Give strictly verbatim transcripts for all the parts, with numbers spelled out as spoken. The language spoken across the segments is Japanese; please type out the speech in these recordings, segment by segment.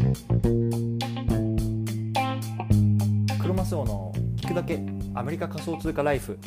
クロマスオの聞くだけアメリカ仮想通貨ライフ。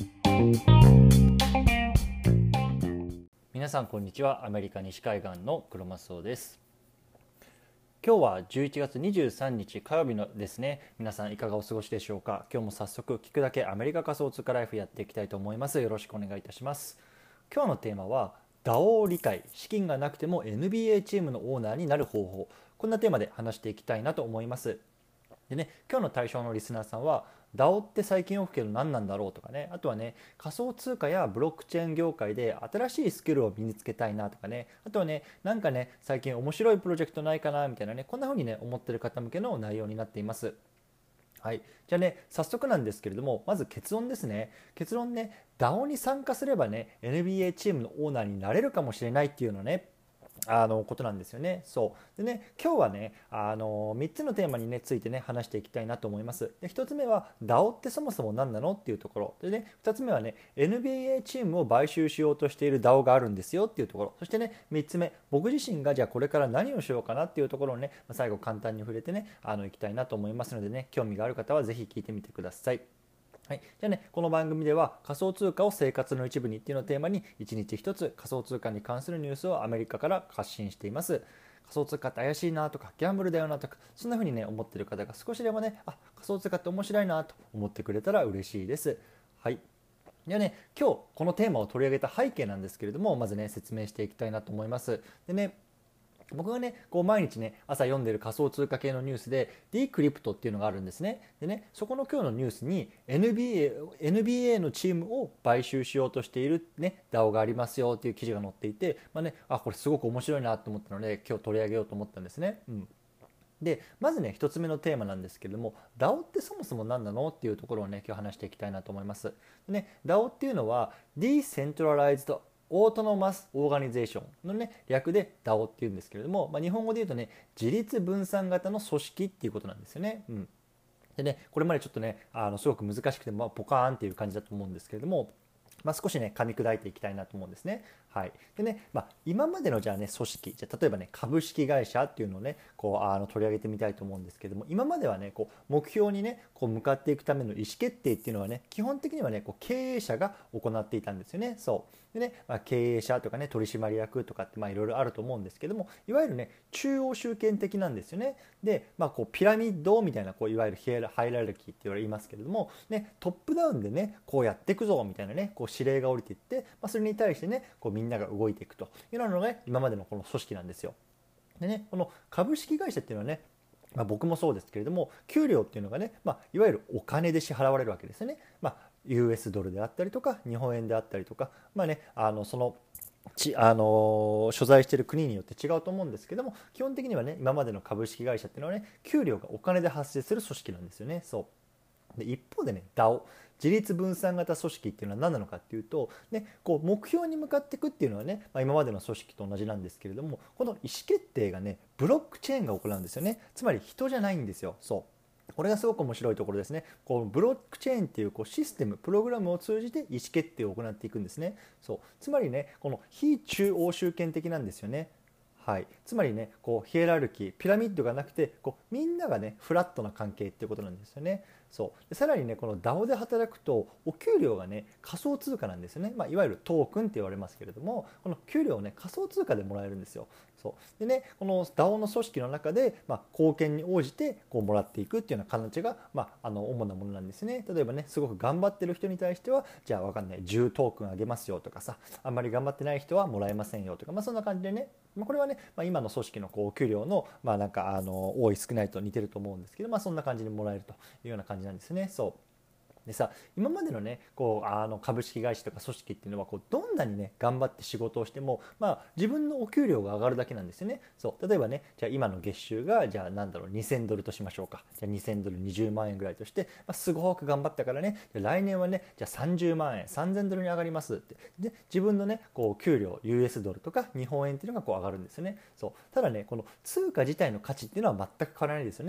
皆さんこんにちは。アメリカ西海岸のクロマスオです。今日はじゅういちがつにじゅうさんにち火曜日のですね。皆さんいかがお過ごしでしょうか。今日も早速聞くだけアメリカ仮想通貨ライフやっていきたいと思います。よろしくお願いいたします。今日のテーマは ダオ を理解、資金がなくても エヌビーエー チームのオーナーになる方法、こんなテーマで話していきたいなと思います。でね、今日の対象のリスナーさんは ダオ って最近起きてるの何なんだろうとかね、あとはね、仮想通貨やブロックチェーン業界で新しいスキルを身につけたいなとかね、あとはね、なんかね、最近面白いプロジェクトないかなみたいなね、こんな風にね思ってる方向けの内容になっています。はい、じゃあね、早速なんですけれども、まず結論ですね。結論ね、ダオ に参加すればね エヌビーエー チームのオーナーになれるかもしれないっていうのね、あのことなんですよね。そうでね、今日はね、あのみっつのテーマに、ね、ついてね話していきたいなと思います。でひとつめは ダオ ってそもそも何なのっていうところでね、ふたつめはね エヌビーエー チームを買収しようとしている ダオ があるんですよっていうところ、そしてねみっつめ、僕自身がじゃあこれから何をしようかなっていうところをね、最後簡単に触れてね、あのいきたいなと思いますのでね、興味がある方はぜひ聞いてみてください。はい、じゃあね、この番組では仮想通貨を生活の一部にっていうのをテーマにいちにちひとつ仮想通貨に関するニュースをアメリカから発信しています。仮想通貨って怪しいなとかギャンブルだよなとか、そんな風にね思っている方が少しでもね、あ、仮想通貨って面白いなと思ってくれたら嬉しいです。はい。ではね、今日このテーマを取り上げた背景なんですけれども、まずね説明していきたいなと思います。でね、僕がねこう毎日ね朝読んでる仮想通貨系のニュースで ディークリプトっていうのがあるんですね。でね、そこの今日のニュースに エヌビーエー, エヌビーエー のチームを買収しようとしているね ダオ がありますよっていう記事が載っていて、まあね、あこれすごく面白いなと思ったので今日取り上げようと思ったんですね。うん。でまずねひとつめのテーマなんですけれども、 ダオ ってそもそも何なのっていうところをね今日話していきたいなと思います。でね、 ダオ っていうのは Decentralizedオートノマスオーガニゼーションのね略で ダオ っていうんですけれども、まあ、日本語で言うとね自立分散型の組織っていうことなんですよね。うん。でね、これまでちょっとねあのすごく難しくて、まあ、ポカーンっていう感じだと思うんですけれども、まあ、少しね噛み砕いていきたいなと思うんですね。はい。でね、まあ、今までのじゃあね組織、じゃあ例えばね株式会社っていうのをねこうあの取り上げてみたいと思うんですけども、今まではねこう目標にねこう向かっていくための意思決定っていうのはね基本的にはねこう経営者が行っていたんですよね。そうでね、まあ、経営者とかね取締役とかってまあいろいろあると思うんですけども、いわゆるね中央集権的なんですよね。で、まあ、こうピラミッドみたいなこういわゆるハイラルキーって言われますけれども、ね、トップダウンでねこうやっていくぞみたいなねこう指令が降りていって、まあ、それに対してねこうみんなが動いていくというのが、ね、今までのこの組織なんですよ。でね、この株式会社っていうのはね、まあ、僕もそうですけれども給料っていうのがね、まあ、いわゆるお金で支払われるわけですよね。まあ、ユーエス ドルであったりとか日本円であったりとか、まあね、あのそのちあの所在している国によって違うと思うんですけども、基本的にはね今までの株式会社っていうのはね給料がお金で発生する組織なんですよね。そうで一方でね ダオ 自立分散型組織っていうのは何なのかっていうと、ね、こう目標に向かっていくっていうのはね、まあ、今までの組織と同じなんですけれども、この意思決定がねブロックチェーンが行うんですよね。つまり人じゃないんですよ。そうこれがすごく面白いところですね。こうブロックチェーンっていうこうシステムプログラムを通じて意思決定を行っていくんですね。そうつまりねこの非中央集権的なんですよね。はい、つまりねこうヒエラルキーピラミッドがなくてこうみんながねフラットな関係っていうことなんですよね。そうでさらにねこの ダオ で働くとお給料がね仮想通貨なんですよね。まあ、いわゆるトークンって言われますけれども、この給料をね仮想通貨でもらえるんですよ。そうでねこの ダオ の組織の中で、まあ、貢献に応じてこうもらっていくっていうような形が、まあ、あの主なものなんですね。例えばねすごく頑張ってる人に対してはじゃあわかんないじゅうトークンあげますよとかさ、あんまり頑張ってない人はもらえませんよとか、まあ、そんな感じでね、まあ、これはね、まあ、今の組織のこうお給料の、まあ、なんかあの多い少ないと似てると思うんですけど、まあ、そんな感じにもらえるというような感じなんですね。そうでさ、今までのねこうあの株式会社とか組織っていうのはこうどんなにね頑張って仕事をしても、まあ、自分のお給料が上がるだけなんですよね。そう例えばねじゃあ今の月収がじゃあなんだろうにせんドルとしましょうか。じゃあにせんドルにじゅうまん円ぐらいとして、まあ、すごく頑張ったからね来年はねじゃあさんじゅうまん円さんぜんドルに上がりますって、で自分のねこう給料 ユーエス ドルとか日本円っていうのがこう上がるんですよね。そうただねこの通貨自体の価値っていうのは全く変わらないですよね。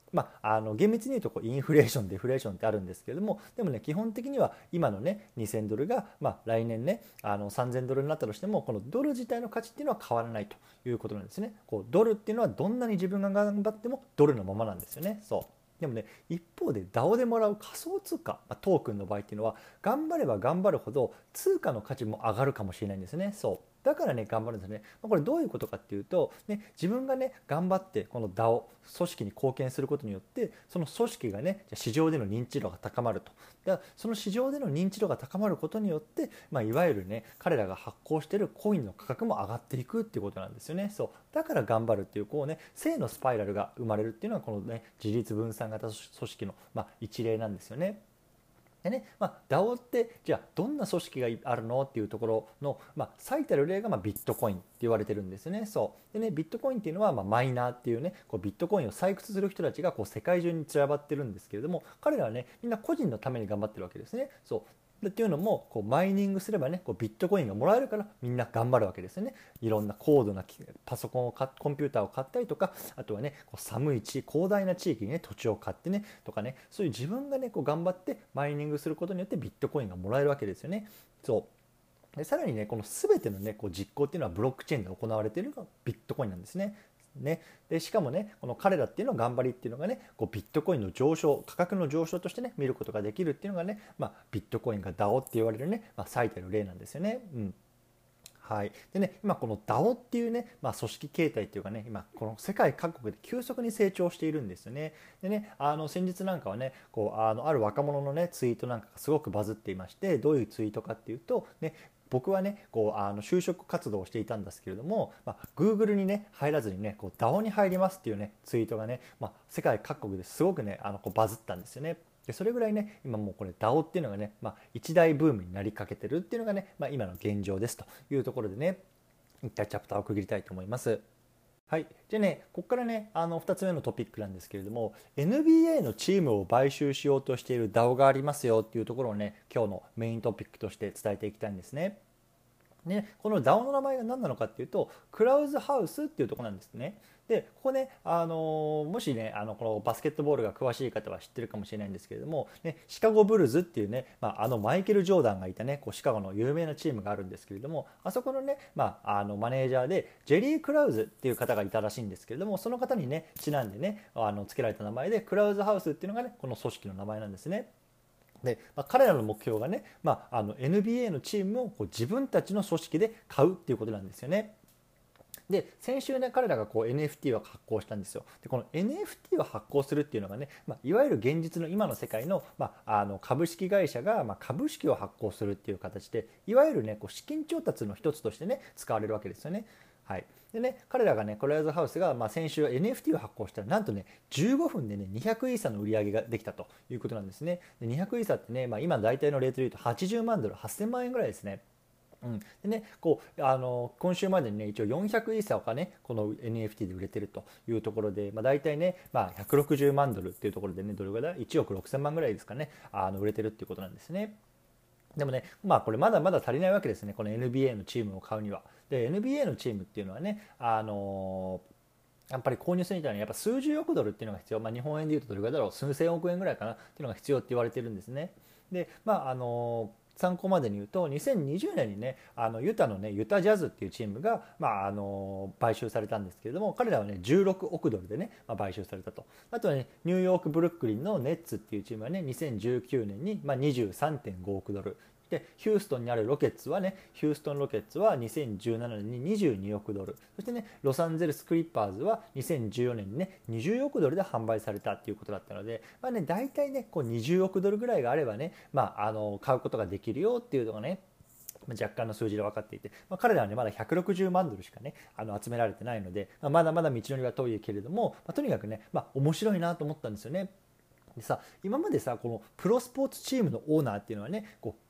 まあ、あの厳密に言うとこうインフレーションデフレーションってあるんですけれども、でもね基本的には今のねにせんドルが、まあ、来年ねあのさんぜんドルになったとしても、このドル自体の価値っていうのは変わらないということなんですね。こうドルっていうのはどんなに自分が頑張ってもドルのままなんですよね。そうでもね一方で ダオ でもらう仮想通貨、まあ、トークンの場合っていうのは頑張れば頑張るほど通貨の価値も上がるかもしれないんですね。そうだからね頑張るんですね。これどういうことかっていうと、ね、自分がね頑張ってこの ダオ 組織に貢献することによって、その組織がね市場での認知度が高まると。だからその市場での認知度が高まることによって、まあ、いわゆるね彼らが発行しているコインの価格も上がっていくっていうことなんですよね。そうだから頑張るっていうこうね正のスパイラルが生まれるっていうのはこのね自立分散型組織の、まあ、一例なんですよね。でねまあ、ダオ ってじゃあどんな組織があるのっていうところの、まあ、最たる例がまあビットコインって言われてるんですね。そうでねビットコインっていうのはまあマイナーっていうねこうビットコインを採掘する人たちがこう世界中に散らばってるんですけれども、彼らはねみんな個人のために頑張ってるわけですね。そうっていうのもこうマイニングすればねこうビットコインがもらえるからみんな頑張るわけですよね。いろんな高度なパソコンを買コンピューターを買ったりとか、あとはねこう寒い地広大な地域にね土地を買ってねとかね、そういう自分がねこう頑張ってマイニングすることによってビットコインがもらえるわけですよね。そうでさらにねこの全てのねこう実行っていうのはブロックチェーンで行われているのがビットコインなんですね。ね、でしかもねこの彼らっていうの頑張りっていうのがねこうビットコインの上昇価格の上昇としてね見ることができるっていうのがね、まあ、ビットコインが ダオ って言われるね、まあ、最たる例なんですよね。うんはい、でね今この ダオ っていうね、まあ、組織形態っていうかね今この世界各国で急速に成長しているんですよね。でねあの先日なんかはねこうあのある若者のねツイートなんかがすごくバズっていまして、どういうツイートかっていうとね、僕はねこうあの就職活動をしていたんですけれども、まあ、Google にね入らずにねこう ダオ に入りますっていうねツイートがね、まあ、世界各国ですごくねあのこうバズったんですよね。でそれぐらいね今もうこれ ダオ っていうのがね、まあ、一大ブームになりかけてるっていうのがね、まあ、今の現状ですというところでね一回チャプターを区切りたいと思います。はい、じゃあねここからねあのふたつめのトピックなんですけれども、 エヌビーエー のチームを買収しようとしている ダオ がありますよっていうところをね今日のメイントピックとして伝えていきたいんですね。ね、この ダオ の名前が何なのかっていうとクラウズハウスっていうところなんですね。でここね、あのーもしねあのこのバスケットボールが詳しい方は知ってるかもしれないんですけれども、ね、シカゴブルズっていうね、まあ、あのマイケル・ジョーダンがいたねこうシカゴの有名なチームがあるんですけれども、あそこのね、まあ、あのマネージャーでジェリー・クラウズっていう方がいたらしいんですけれども、その方にねちなんでねあの付けられた名前でクラウズハウスっていうのがねこの組織の名前なんですね。で、まあ、彼らの目標がね、まあ、あの エヌビーエー のチームをこう自分たちの組織で買うっていうことなんですよね。で先週ね彼らがこう エヌエフティー を発行したんですよ。でこの エヌエフティー を発行するっていうのがね、まあ、いわゆる現実の今の世界の、まあ、あの株式会社がまあ株式を発行するっていう形で、いわゆるねこう資金調達の一つとしてね使われるわけですよね。はい、でね彼らがねクラウズハウスがまあ先週 エヌエフティー を発行したらなんとねじゅうごふんでねにひゃくイーサの売り上げができたということなんですね。でにひゃくイーサってね、まあ、今大体のレートでいうとはちじゅうまんドルはっせんまん円ぐらいですね。うん、でね、こうあの今週までにね一応よんひゃくイーサがねこの エヌエフティー で売れてるというところで、まあ、大体ね、まあ、ひゃくろくじゅうまんドルっていうところでねどれぐらいいちおくろくせんまんぐらいですかねあの売れてるっていうことなんですね。でもね、まあこれまだまだ足りないわけですね、この エヌビーエー のチームを買うには。で エヌビーエー のチームっていうのはねあのやっぱり購入するにはやっぱ数十億ドルっていうのが必要、まあ、日本円でいうとどれぐらいだろう数千億円ぐらいかなっていうのが必要って言われてるんですね。でまああの参考までに言うとにせんにじゅうねんにねあのユタのねユタジャズっていうチームが、まあ、あの買収されたんですけれども、彼らはねじゅうろくおくドルでね、まあ、買収されたと。あとはねニューヨークブルックリンのネッツっていうチームはねにせんじゅうきゅうねんに、まあ、にじゅうさんてんごおくドルで、ヒューストンにあるロケッツはねヒューストンロケッツはにせんじゅうななねんににじゅうにおくドル、そしてねロサンゼルスクリッパーズはにせんじゅうよねんにねにじゅうおくドルで販売されたっていうことだったので、まあね大体ねこうにじゅうおくドルぐらいがあればね、まあ、あの買うことができるよっていうのがね若干の数字で分かっていて、まあ、彼らはねまだひゃくろくじゅうまんドルしかねあの集められてないので、まあ、まだまだ道のりは遠いけれども、まあ、とにかくね、まあ、面白いなと思ったんですよね。でさ今までさこのプロスポーツチームのオーナーっていうのはねこう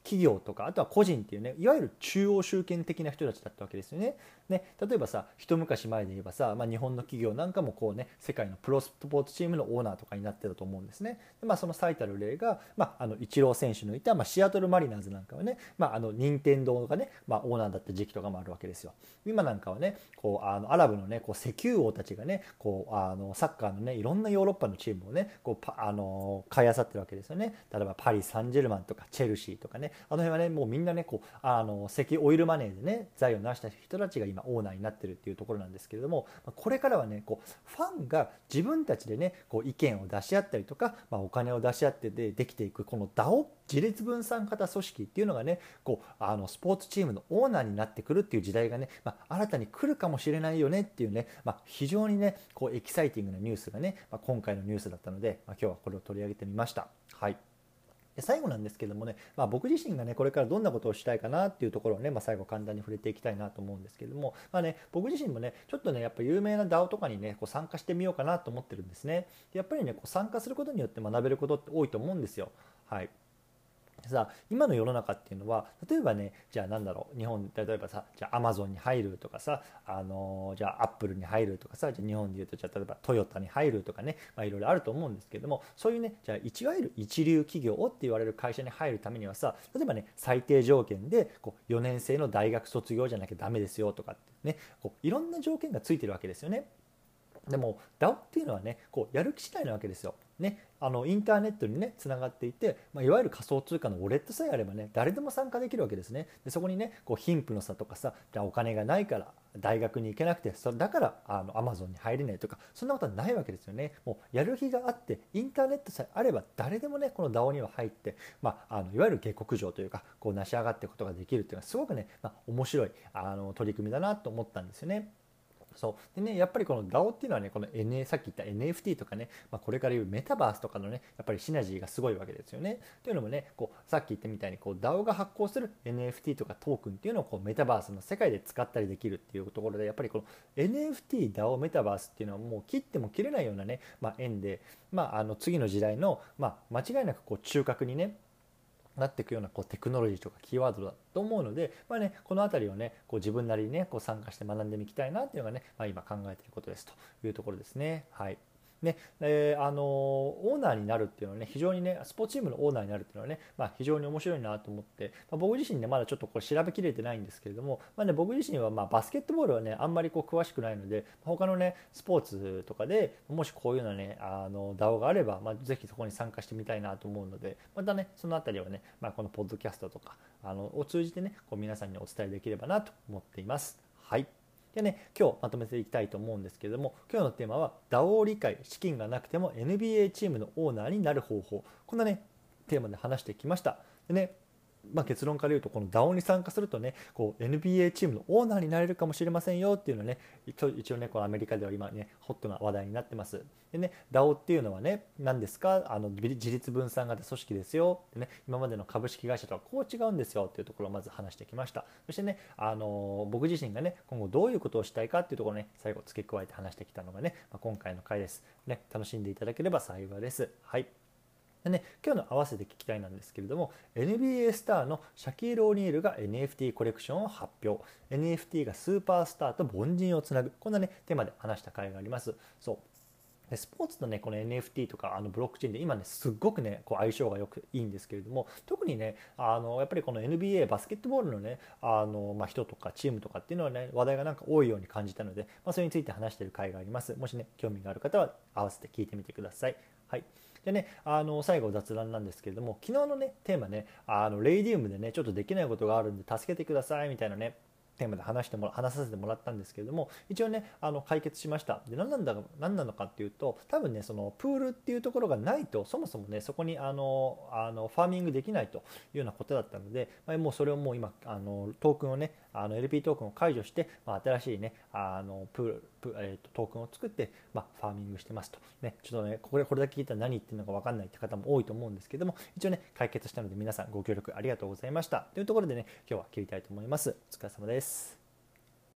企業とかあとは個人っていうねいわゆる中央集権的な人たちだったわけですよね。ね例えばさ一昔前で言えばさ、まあ、日本の企業なんかもこうね世界のプロスポーツチームのオーナーとかになってたと思うんですね。で、まあ、その最たる例が、まあ、あのイチロー選手のいた、まあ、シアトルマリナーズなんかはね、まあ、あの任天堂がね、まあ、オーナーだった時期とかもあるわけですよ。今なんかはねこうあのアラブのねこう石油王たちがねこうあのサッカーのねいろんなヨーロッパのチームをねこうパあの買い漁ってるわけですよね。例えばパリ・サンジェルマンとかチェルシーとかねあの辺はねもうみんなねこうあの石油オイルマネーでね財を成した人たちが今オーナーになってるっていうところなんですけれども、これからはねこうファンが自分たちでねこう意見を出し合ったりとか、まあ、お金を出し合ってでできていくこの ダオ 自立分散型組織っていうのがねこうあのスポーツチームのオーナーになってくるっていう時代がね、まあ、新たに来るかもしれないよねっていうね、まあ、非常にねこうエキサイティングなニュースがね、まあ、今回のニュースだったので、まあ、今日はこれを取り上げてみました。はい。で最後なんですけどもね、まあ、僕自身がねこれからどんなことをしたいかなっていうところをね、まあ、最後簡単に触れていきたいなと思うんですけども、まあね、僕自身もねちょっとねやっぱ有名な ダオ とかにねこう参加してみようかなと思ってるんですね。でやっぱりねこう参加することによって学べることって多いと思うんですよ。はい。さ今の世の中っていうのは例えばねじゃあなんだろう日本例えばさじゃあアマゾンに入るとかさあのじゃあアップルに入るとかさじゃあ日本でいうとじゃあ例えばトヨタに入るとかねまあいろいろあると思うんですけども、そういうねじゃあいわゆる一流企業って言われる会社に入るためにはさ例えばね最低条件でこうよねん生の大学卒業じゃなきゃダメですよとかってねこういろんな条件がついてるわけですよね。でも ダオ っていうのはねこうやる気次第なわけですよ。ね、あのインターネットにねつながっていて、まあ、いわゆる仮想通貨のウォレットさえあればね誰でも参加できるわけですね。でそこにねこう貧富の差とかさじゃあお金がないから大学に行けなくてそれだからあのアマゾンに入れないとかそんなことはないわけですよね。もうやる気があってインターネットさえあれば誰でもねこの ダオ には入って、まあ、あのいわゆる下克上というかこう成し上がっていくことができるっていうのはすごくね、まあ、面白いあの取り組みだなと思ったんですよね。そうでね、やっぱりこの ダオ っていうのはねこの、N、さっき言った エヌエフティー とかね、まあ、これから言うメタバースとかのねやっぱりシナジーがすごいわけですよね。というのもねこうさっき言ったみたいにこう ダオ が発行する エヌエフティー とかトークンっていうのをこうメタバースの世界で使ったりできるっていうところでやっぱりこの エヌエフティー、ダオ、メタバースっていうのはもう切っても切れないようなね、まあ、縁で、まあ、あの次の時代の、まあ、間違いなくこう中核にねなっていくようなこうテクノロジーとかキーワードだと思うので、まあね、この辺りをねこう自分なりにねこう参加して学んでみたいなっていうのがね、まあ、今考えていることですというところですね。はい。ねえー、あのーオーナーになるっていうのはね非常にねスポーツチームのオーナーになるっていうのはね、まあ、非常に面白いなと思って、まあ、僕自身ねまだちょっとこれ調べきれてないんですけれども、まあね、僕自身はまあバスケットボールはねあんまりこう詳しくないので他のねスポーツとかでもしこういうのねあの ダオ があれば、まあ、ぜひそこに参加してみたいなと思うのでまたねそのあたりはね、まあ、このポッドキャストとかあのを通じてねこう皆さんにお伝えできればなと思っています。はい。でね、今日まとめていきたいと思うんですけれども、今日のテーマは ダオ を理解、資金がなくても エヌビーエー チームのオーナーになる方法、こんなねテーマで話してきました。でねまあ、結論から言うとこの ダオ に参加するとねこう エヌビーエー チームのオーナーになれるかもしれませんよっていうのはね一応ねこのアメリカでは今ねホットな話題になってます。でね ダオ っていうのはね何ですかあの自立分散型組織ですよで、ね、今までの株式会社とはこう違うんですよっていうところをまず話してきました。そしてねあの僕自身がね今後どういうことをしたいかっていうところをね最後付け加えて話してきたのがね、まあ、今回の回です、ね、楽しんでいただければ幸いです。はい。でね、今日の合わせて聞きたいなんですけれども エヌビーエー スターのシャキール・オニールが エヌエフティー コレクションを発表。 エヌエフティー がスーパースターと凡人をつなぐ、こんなねテーマで話した回があります。そうでスポーツとねこの エヌエフティー とかあのブロックチェーンで今ねすっごくねこう相性がよくいいんですけれども、特にねあのやっぱりこの エヌビーエー バスケットボールのねあの、まあ、人とかチームとかっていうのはね話題がなんか多いように感じたので、まあ、それについて話している回があります。もしね興味がある方は合わせて聞いてみてください。はい。でね、あの最後雑談なんですけれども、昨日のねテーマねあのレイディウムでねちょっとできないことがあるんで助けてくださいみたいなねテーマで話してもら話させてもらったんですけれども、一応ねあの解決しました。で何なんだ何なのかっていうと、多分ねそのプールっていうところがないとそもそもねそこにあのあのファーミングできないというようなことだったので、まあ、もうそれをもう今あのトークンをねあの エルピー トークンを解除して、まあ、新しいねあのプールプ、えー、とトークンを作って、まあ、ファーミングしてますとね。ちょっとねこれこれだけ聞いたら何言ってるのか分かんないって方も多いと思うんですけども、一応ね解決したので皆さんご協力ありがとうございましたというところでね今日は切りたいと思います。お疲れ様です。